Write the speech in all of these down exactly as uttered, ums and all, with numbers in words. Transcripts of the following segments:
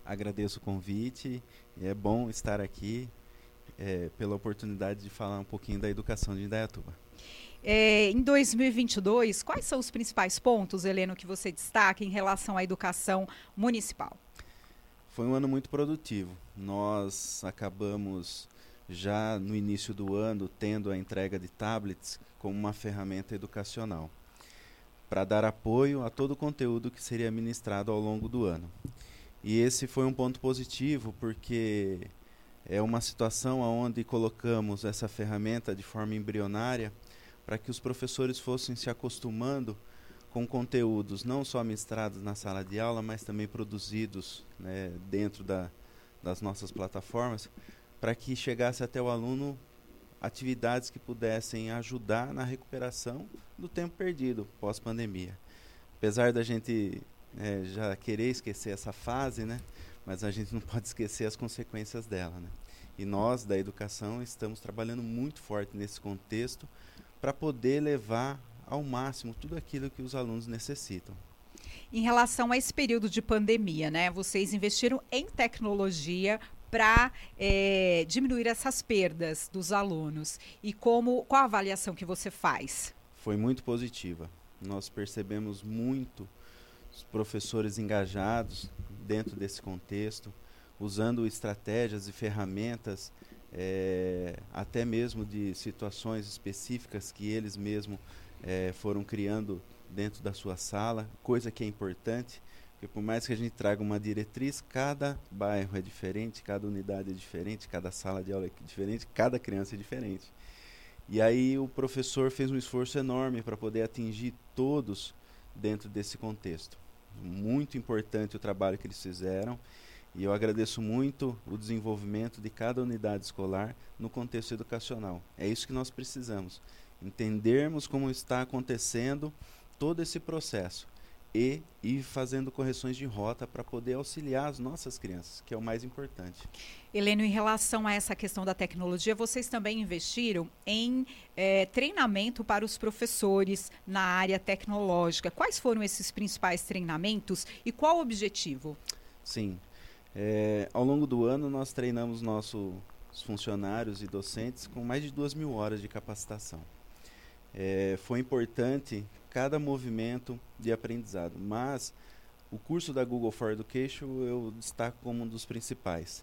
agradeço o convite e é bom estar aqui é, pela oportunidade de falar um pouquinho da educação de Indaiatuba. É, em dois mil e vinte e dois, quais são os principais pontos, Heleno, que você destaca em relação à educação municipal? Foi um ano muito produtivo. Nós acabamos já no início do ano tendo a entrega de tablets como uma ferramenta educacional para dar apoio a todo o conteúdo que seria ministrado ao longo do ano. E esse foi um ponto positivo porque é uma situação onde colocamos essa ferramenta de forma embrionária para que os professores fossem se acostumando com conteúdos não só ministrados na sala de aula, mas também produzidos, né, dentro da, das nossas plataformas, para que chegasse até o aluno atividades que pudessem ajudar na recuperação do tempo perdido pós-pandemia. Apesar da gente é, já querer esquecer essa fase, né, mas a gente não pode esquecer as consequências dela, né? E nós, da educação, estamos trabalhando muito forte nesse contexto para poder levar ao máximo tudo aquilo que os alunos necessitam. Em relação a esse período de pandemia, né, vocês investiram em tecnologia para é, diminuir essas perdas dos alunos. E como, qual a avaliação que você faz? Foi muito positiva. Nós percebemos muito os professores engajados dentro desse contexto, usando estratégias e ferramentas, é, até mesmo de situações específicas que eles mesmos é, foram criando dentro da sua sala, coisa que é importante, porque por mais que a gente traga uma diretriz, cada bairro é diferente, cada unidade é diferente, cada sala de aula é diferente, cada criança é diferente. E aí o professor fez um esforço enorme para poder atingir todos dentro desse contexto. Muito importante o trabalho que eles fizeram. E eu agradeço muito o desenvolvimento de cada unidade escolar no contexto educacional. É isso que nós precisamos. Entendermos como está acontecendo todo esse processo e ir fazendo correções de rota para poder auxiliar as nossas crianças, que é o mais importante. Heleno, em relação a essa questão da tecnologia, vocês também investiram em eh, treinamento para os professores na área tecnológica. Quais foram esses principais treinamentos e qual o objetivo? Sim. É, ao longo do ano, nós treinamos nossos funcionários e docentes com mais de duas mil horas de capacitação. É, foi importante cada movimento de aprendizado, mas o curso da Google for Education eu destaco como um dos principais.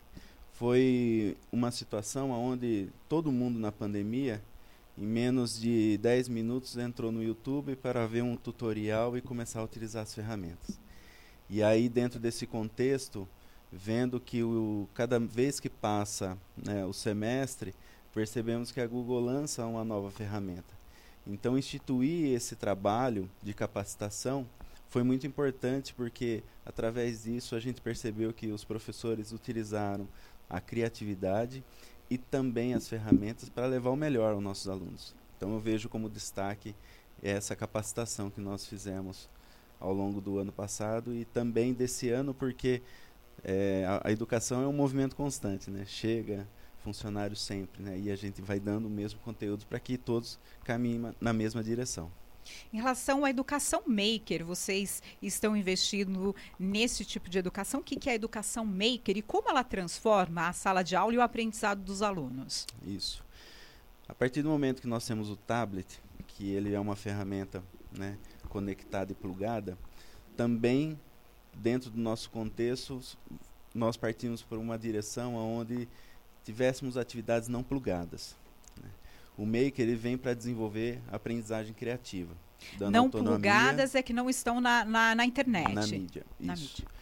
Foi uma situação onde todo mundo na pandemia, em menos de dez minutos, entrou no YouTube para ver um tutorial e começar a utilizar as ferramentas. E aí, dentro desse contexto, vendo que o, cada vez que passa, né, o semestre, percebemos que a Google lança uma nova ferramenta. Então, instituir esse trabalho de capacitação foi muito importante porque, através disso, a gente percebeu que os professores utilizaram a criatividade e também as ferramentas para levar o melhor aos nossos alunos. Então, eu vejo como destaque essa capacitação que nós fizemos ao longo do ano passado e também desse ano, porque É, a, a educação é um movimento constante, né? Chega funcionário sempre, né? E a gente vai dando o mesmo conteúdo para que todos caminhem na mesma direção. Em relação à educação maker, vocês estão investindo nesse tipo de educação? O que, que é a educação maker e como ela transforma a sala de aula e o aprendizado dos alunos? Isso. A partir do momento que nós temos o tablet, que ele é uma ferramenta, né, conectada e plugada, também dentro do nosso contexto, nós partimos por uma direção onde tivéssemos atividades não plugadas. Né? O Maker ele vem para desenvolver a aprendizagem criativa. Dando não autonomia, plugadas é que não estão na, na, na internet. Na mídia. Na isso. mídia.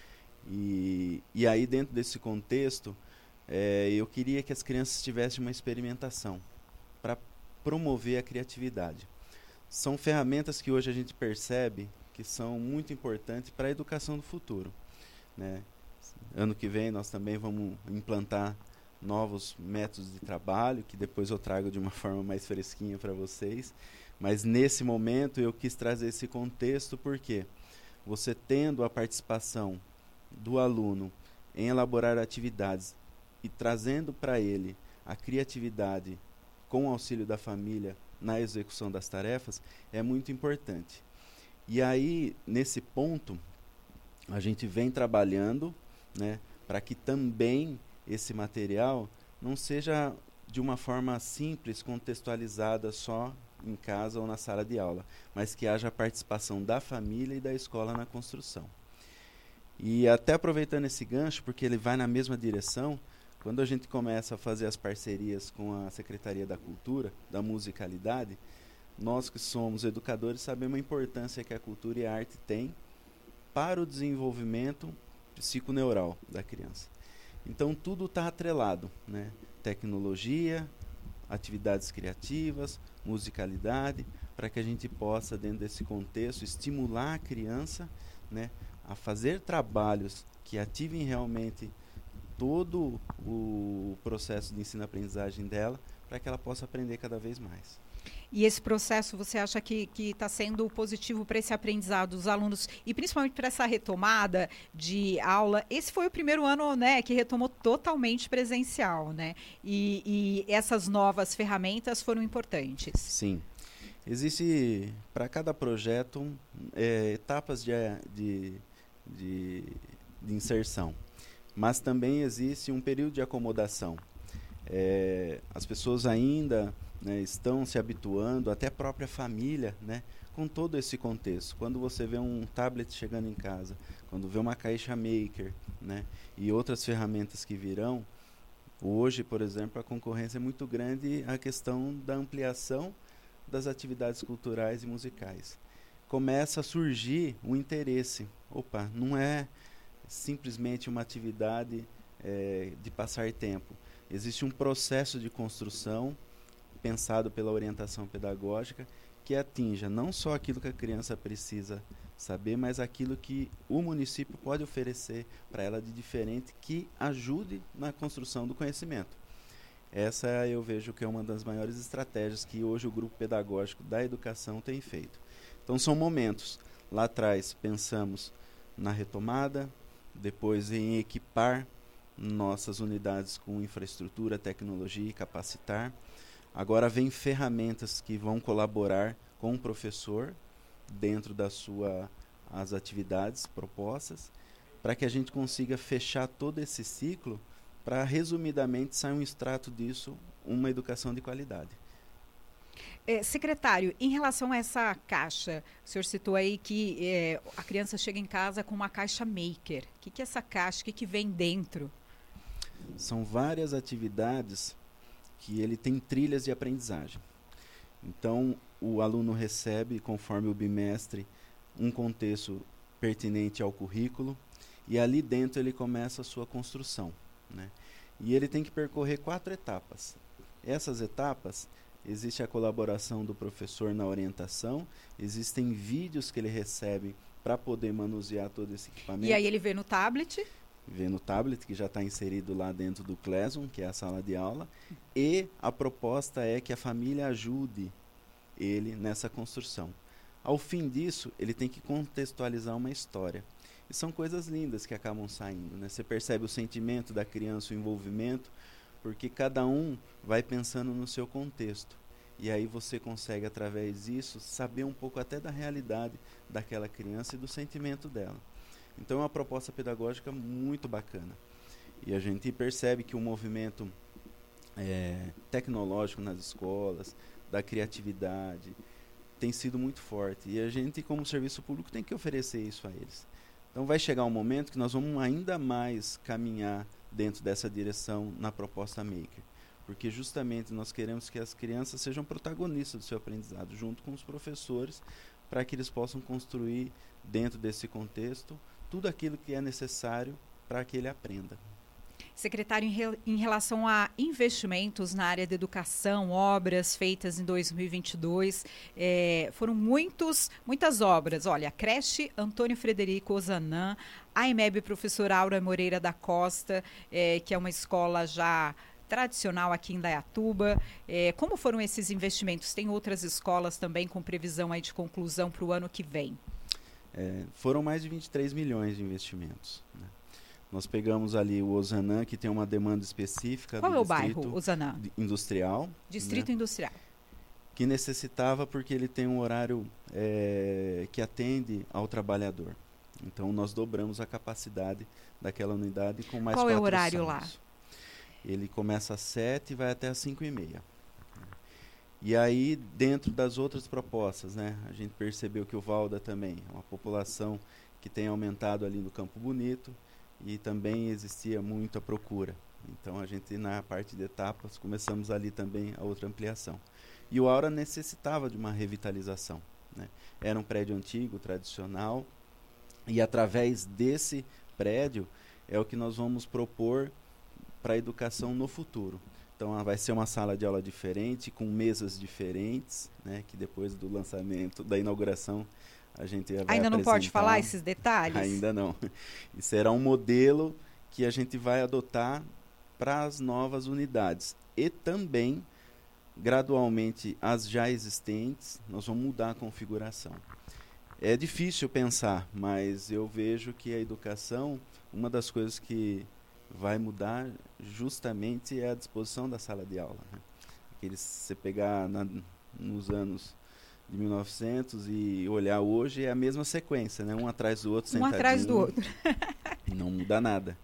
E, e aí, dentro desse contexto, é, eu queria que as crianças tivessem uma experimentação para promover a criatividade. São ferramentas que hoje a gente percebe que são muito importantes para a educação do futuro. Né? Ano que vem nós também vamos implantar novos métodos de trabalho, que depois eu trago de uma forma mais fresquinha para vocês. Mas nesse momento eu quis trazer esse contexto porque você tendo a participação do aluno em elaborar atividades e trazendo para ele a criatividade com o auxílio da família na execução das tarefas, é muito importante. E aí, nesse ponto, a gente vem trabalhando, né, para que também esse material não seja de uma forma simples, contextualizada só em casa ou na sala de aula, mas que haja a participação da família e da escola na construção. E até aproveitando esse gancho, porque ele vai na mesma direção, quando a gente começa a fazer as parcerias com a Secretaria da Cultura, da Musicalidade, nós que somos educadores sabemos a importância que a cultura e a arte têm para o desenvolvimento psiconeural da criança. Então tudo está atrelado, né? Tecnologia, atividades criativas, musicalidade, para que a gente possa, dentro desse contexto, estimular a criança, né, a fazer trabalhos que ativem realmente todo o processo de ensino-aprendizagem dela, para que ela possa aprender cada vez mais. E esse processo, você acha que está sendo positivo para esse aprendizado dos alunos e principalmente para essa retomada de aula? Esse foi o primeiro ano, né, que retomou totalmente presencial, né? E, e essas novas ferramentas foram importantes. Sim. Existe, para cada projeto, é, etapas de, de, de, de inserção. Mas também existe um período de acomodação. É, as pessoas ainda... né, estão se habituando, até a própria família, né, com todo esse contexto. Quando você vê um tablet chegando em casa, quando vê uma caixa maker, né, e outras ferramentas que virão, hoje, por exemplo, a concorrência é muito grande, a questão da ampliação das atividades culturais e musicais. Começa a surgir o interesse. Opa, não é simplesmente uma atividade é, de passar tempo. Existe um processo de construção pensado pela orientação pedagógica, que atinja não só aquilo que a criança precisa saber, mas aquilo que o município pode oferecer para ela de diferente, que ajude na construção do conhecimento. Essa eu vejo que é uma das maiores estratégias que hoje o grupo pedagógico da educação tem feito. Então são momentos. Lá atrás pensamos na retomada, depois em equipar nossas unidades com infraestrutura, tecnologia e capacitar. Agora vem ferramentas que vão colaborar com o professor dentro das suas as atividades propostas, para que a gente consiga fechar todo esse ciclo, para resumidamente sair um extrato disso, uma educação de qualidade. É, secretário, em relação a essa caixa, o senhor citou aí que é, a criança chega em casa com uma caixa maker. O que, que é essa caixa? O que, que vem dentro? São várias atividades que ele tem trilhas de aprendizagem. Então, o aluno recebe, conforme o bimestre, um contexto pertinente ao currículo, e ali dentro ele começa a sua construção, né? E ele tem que percorrer quatro etapas. Essas etapas, existe a colaboração do professor na orientação, existem vídeos que ele recebe para poder manusear todo esse equipamento. E aí ele vê no tablet? Vê no tablet, que já está inserido lá dentro do Classroom, que é a sala de aula, e a proposta é que a família ajude ele nessa construção. Ao fim disso, ele tem que contextualizar uma história. E são coisas lindas que acabam saindo, né? Você percebe o sentimento da criança, o envolvimento, porque cada um vai pensando no seu contexto. E aí você consegue, através disso, saber um pouco até da realidade daquela criança e do sentimento dela. Então é uma proposta pedagógica muito bacana. E a gente percebe que o movimento é, tecnológico nas escolas, da criatividade, tem sido muito forte. E a gente, como serviço público, tem que oferecer isso a eles. Então vai chegar um momento que nós vamos ainda mais caminhar dentro dessa direção na proposta Maker. Porque justamente nós queremos que as crianças sejam protagonistas do seu aprendizado, junto com os professores, para que eles possam construir, dentro desse contexto, tudo aquilo que é necessário para que ele aprenda. Secretário, em, re, em relação a investimentos na área da educação, obras feitas em dois mil e vinte e dois, é, foram muitos, muitas obras. Olha, a creche Antônio Frederico Ozanam, a EMEB Professora Aura Moreira da Costa, é, que é uma escola já tradicional aqui em Indaiatuba. É, como foram esses investimentos? Tem outras escolas também com previsão aí de conclusão para o ano que vem? É, foram mais de vinte e três milhões de investimentos, né? Nós pegamos ali o Ozanam, que tem uma demanda específica. Qual do é o distrito bairro, Ozanam? Industrial. Distrito né? Industrial. Que necessitava porque ele tem um horário é, que atende ao trabalhador. Então, nós dobramos a capacidade daquela unidade com mais Qual quatro é o horário salas. lá? Ele começa às sete e vai até às cinco e meia. E aí, dentro das outras propostas, né, a gente percebeu que o Valda também é uma população que tem aumentado ali no Campo Bonito e também existia muita procura. Então, a gente, na parte de etapas, começamos ali também a outra ampliação. E o Aura necessitava de uma revitalização, né? Era um prédio antigo, tradicional, e através desse prédio é o que nós vamos propor para a educação no futuro. Então, ah, vai ser uma sala de aula diferente, com mesas diferentes, né, que depois do lançamento, da inauguração, a gente vai Ainda não apresentar. pode falar esses detalhes? Ainda não. E será um modelo que a gente vai adotar para as novas unidades. E também, gradualmente, as já existentes, nós vamos mudar a configuração. É difícil pensar, mas eu vejo que a educação, uma das coisas que vai mudar justamente é a disposição da sala de aula, né? Aqueles, se você pegar na, nos anos de mil e novecentos e olhar hoje, é a mesma sequência, né? Um atrás do outro, Um sentadinho. atrás do outro. Não muda nada.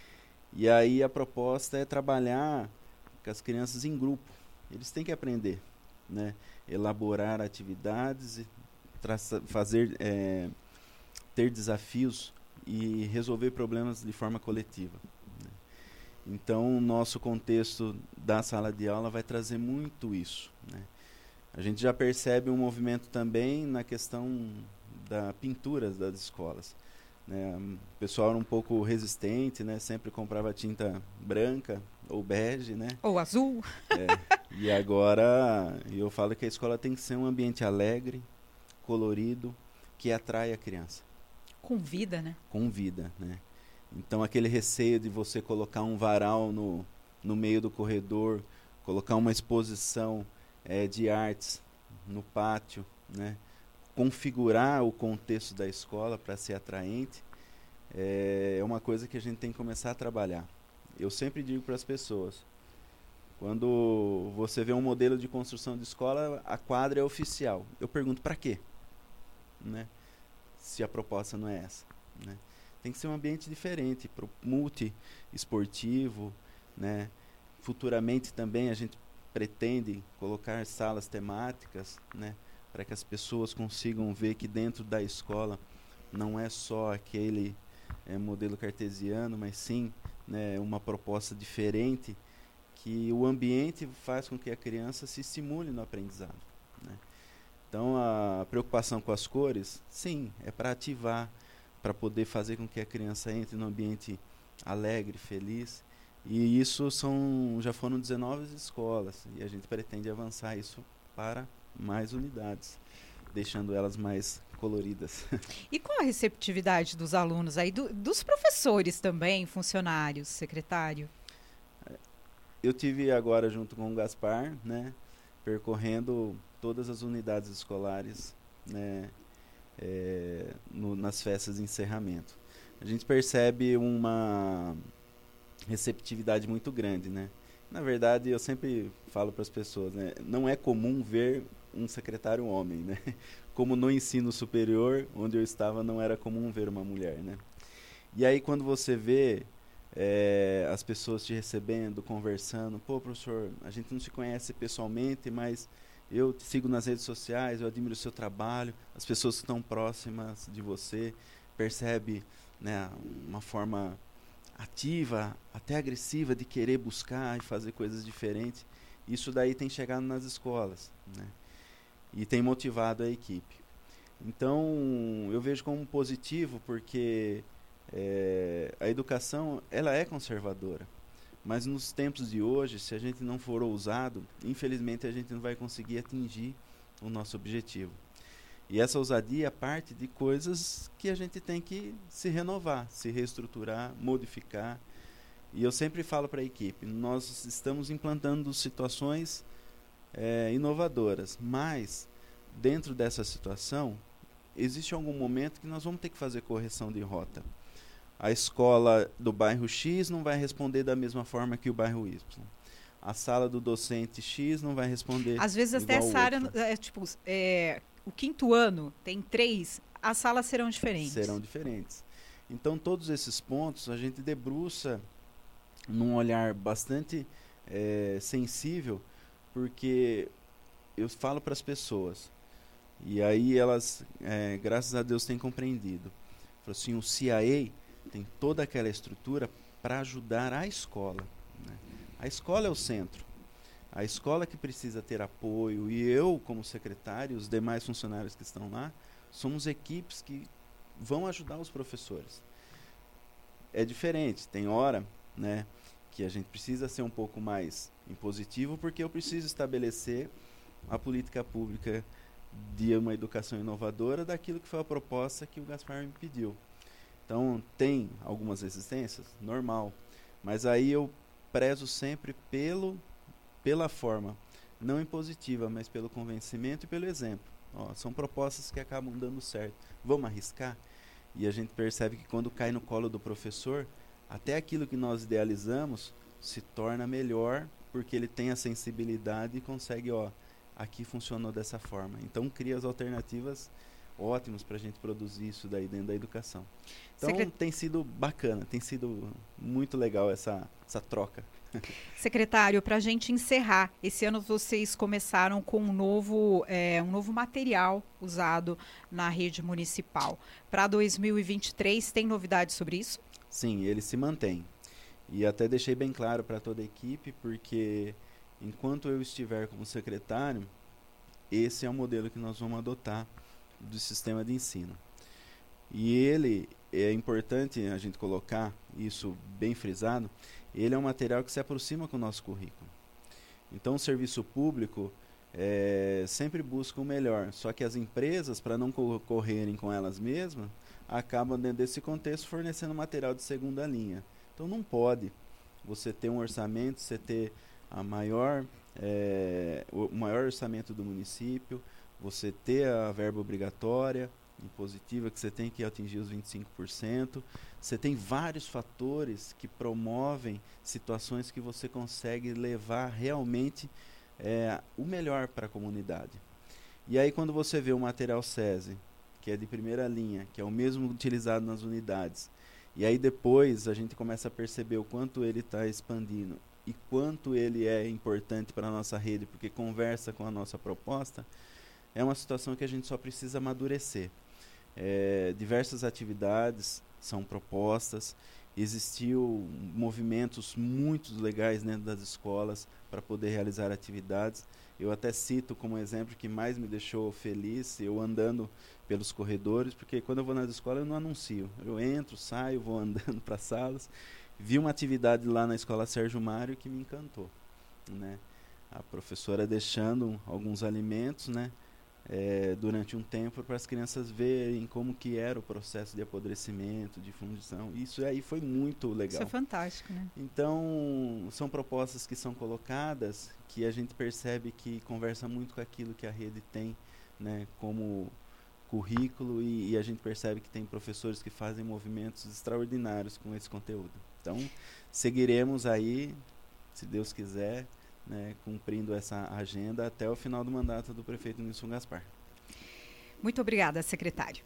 E aí a proposta é trabalhar com as crianças em grupo. Eles têm que aprender, né? Elaborar atividades, traça, fazer, é, ter desafios e resolver problemas de forma coletiva. Então, o nosso contexto da sala de aula vai trazer muito isso, né? A gente já percebe um movimento também na questão da pinturas das escolas, né? O pessoal era um pouco resistente, né? Sempre comprava tinta branca ou bege, né? Ou azul. É, e agora eu falo que a escola tem que ser um ambiente alegre, colorido, que atrai a criança. Com vida, né? Com vida, né? Então, aquele receio de você colocar um varal no, no meio do corredor, colocar uma exposição é, de artes no pátio, né? Configurar o contexto da escola para ser atraente, é, é uma coisa que a gente tem que começar a trabalhar. Eu sempre digo para as pessoas, quando você vê um modelo de construção de escola, a quadra é oficial. Eu pergunto, para quê? Né? Se a proposta não é essa, né? Tem que ser um ambiente diferente, pro multi-esportivo, né? Futuramente também a gente pretende colocar salas temáticas, né? Para que as pessoas consigam ver que dentro da escola não é só aquele é, modelo cartesiano, mas sim, né, uma proposta diferente, que o ambiente faz com que a criança se estimule no aprendizado, né? Então, a preocupação com as cores, sim, é para ativar, para poder fazer com que a criança entre num ambiente alegre, feliz. E isso são, já foram dezenove escolas, e a gente pretende avançar isso para mais unidades, deixando elas mais coloridas. E qual a receptividade dos alunos aí, do, dos professores também, funcionários, secretário? Eu tive agora, junto com o Gaspar, né, percorrendo todas as unidades escolares, né, É, no, nas festas de encerramento. A gente percebe uma receptividade muito grande, né? Na verdade, eu sempre falo para as pessoas, né? Não é comum ver um secretário homem, né? Como no ensino superior, onde eu estava, não era comum ver uma mulher, né? E aí, quando você vê é, as pessoas te recebendo, conversando, pô, professor, a gente não se conhece pessoalmente, mas eu te sigo nas redes sociais, eu admiro o seu trabalho, as pessoas que estão próximas de você, percebe, né, uma forma ativa, até agressiva, de querer buscar e fazer coisas diferentes. Isso daí tem chegado nas escolas, né, e tem motivado a equipe. Então, eu vejo como positivo, porque é, a educação, ela é conservadora. Mas nos tempos de hoje, se a gente não for ousado, infelizmente a gente não vai conseguir atingir o nosso objetivo. E essa ousadia parte de coisas que a gente tem que se renovar, se reestruturar, modificar. E eu sempre falo para a equipe, nós estamos implantando situações é, inovadoras, mas dentro dessa situação, existe algum momento que nós vamos ter que fazer correção de rota. A escola do bairro X não vai responder da mesma forma que o bairro Y. A sala do docente X não vai responder. Às vezes até essa área, é, tipo, é, o quinto ano tem três, as salas serão diferentes. Serão diferentes. Então, todos esses pontos a gente debruça num olhar bastante é, sensível, porque eu falo para as pessoas, e aí elas, é, graças a Deus, têm compreendido. Falo assim, o C I A tem toda aquela estrutura para ajudar a escola, né? A escola é o centro. A escola que precisa ter apoio, e eu, como secretário, os demais funcionários que estão lá, somos equipes que vão ajudar os professores. É diferente, tem hora, né, que a gente precisa ser um pouco mais impositivo, porque eu preciso estabelecer a política pública de uma educação inovadora daquilo que foi a proposta que o Gaspar me pediu. Então, tem algumas resistências? Normal. Mas aí eu prezo sempre pelo, pela forma, não impositiva, mas pelo convencimento e pelo exemplo. Ó, são propostas que acabam dando certo. Vamos arriscar? E a gente percebe que quando cai no colo do professor, até aquilo que nós idealizamos se torna melhor, porque ele tem a sensibilidade e consegue, ó, aqui funcionou dessa forma. Então cria as alternativas ótimas para a gente produzir isso daí dentro da educação. Então Secret... tem sido bacana, tem sido muito legal essa, essa troca. Secretário, para a gente encerrar, esse ano vocês começaram com um novo, é, um novo material usado na rede municipal. Para dois mil e vinte e três, tem novidades sobre isso? Sim, ele se mantém. E até deixei bem claro para toda a equipe, porque enquanto eu estiver como secretário, esse é o modelo que nós vamos adotar do sistema de ensino. E ele, é importante a gente colocar isso bem frisado, ele é um material que se aproxima com o nosso currículo. Então o serviço público é, sempre busca o melhor, só que as empresas, para não correrem com elas mesmas, acabam dentro desse contexto fornecendo material de segunda linha. Então não pode você ter um orçamento, você ter a maior, é, o maior orçamento do município, você ter a verba obrigatória, impositiva, que você tem que atingir os vinte e cinco por cento. Você tem vários fatores que promovem situações que você consegue levar realmente é, o melhor para a comunidade. E aí quando você vê o material SESI, que é de primeira linha, que é o mesmo utilizado nas unidades, e aí depois a gente começa a perceber o quanto ele está expandindo e quanto ele é importante para a nossa rede, porque conversa com a nossa proposta, é uma situação que a gente só precisa amadurecer. É, diversas atividades são propostas, existiu movimentos muito legais dentro das escolas para poder realizar atividades. Eu até cito como exemplo que mais me deixou feliz, eu andando pelos corredores, porque quando eu vou nas escolas eu não anuncio, eu entro, saio, vou andando para as salas. Vi uma atividade lá na escola Sérgio Mário que me encantou, né? A professora deixando alguns alimentos, né, É, durante um tempo para as crianças verem como que era o processo de apodrecimento, de fundição. Isso aí foi muito legal. Isso é fantástico, né? Então, são propostas que são colocadas que a gente percebe que conversa muito com aquilo que a rede tem, né, como currículo, e, e a gente percebe que tem professores que fazem movimentos extraordinários com esse conteúdo. Então, seguiremos aí, se Deus quiser, né, cumprindo essa agenda até o final do mandato do prefeito Nilson Gaspar. Muito obrigada, secretário.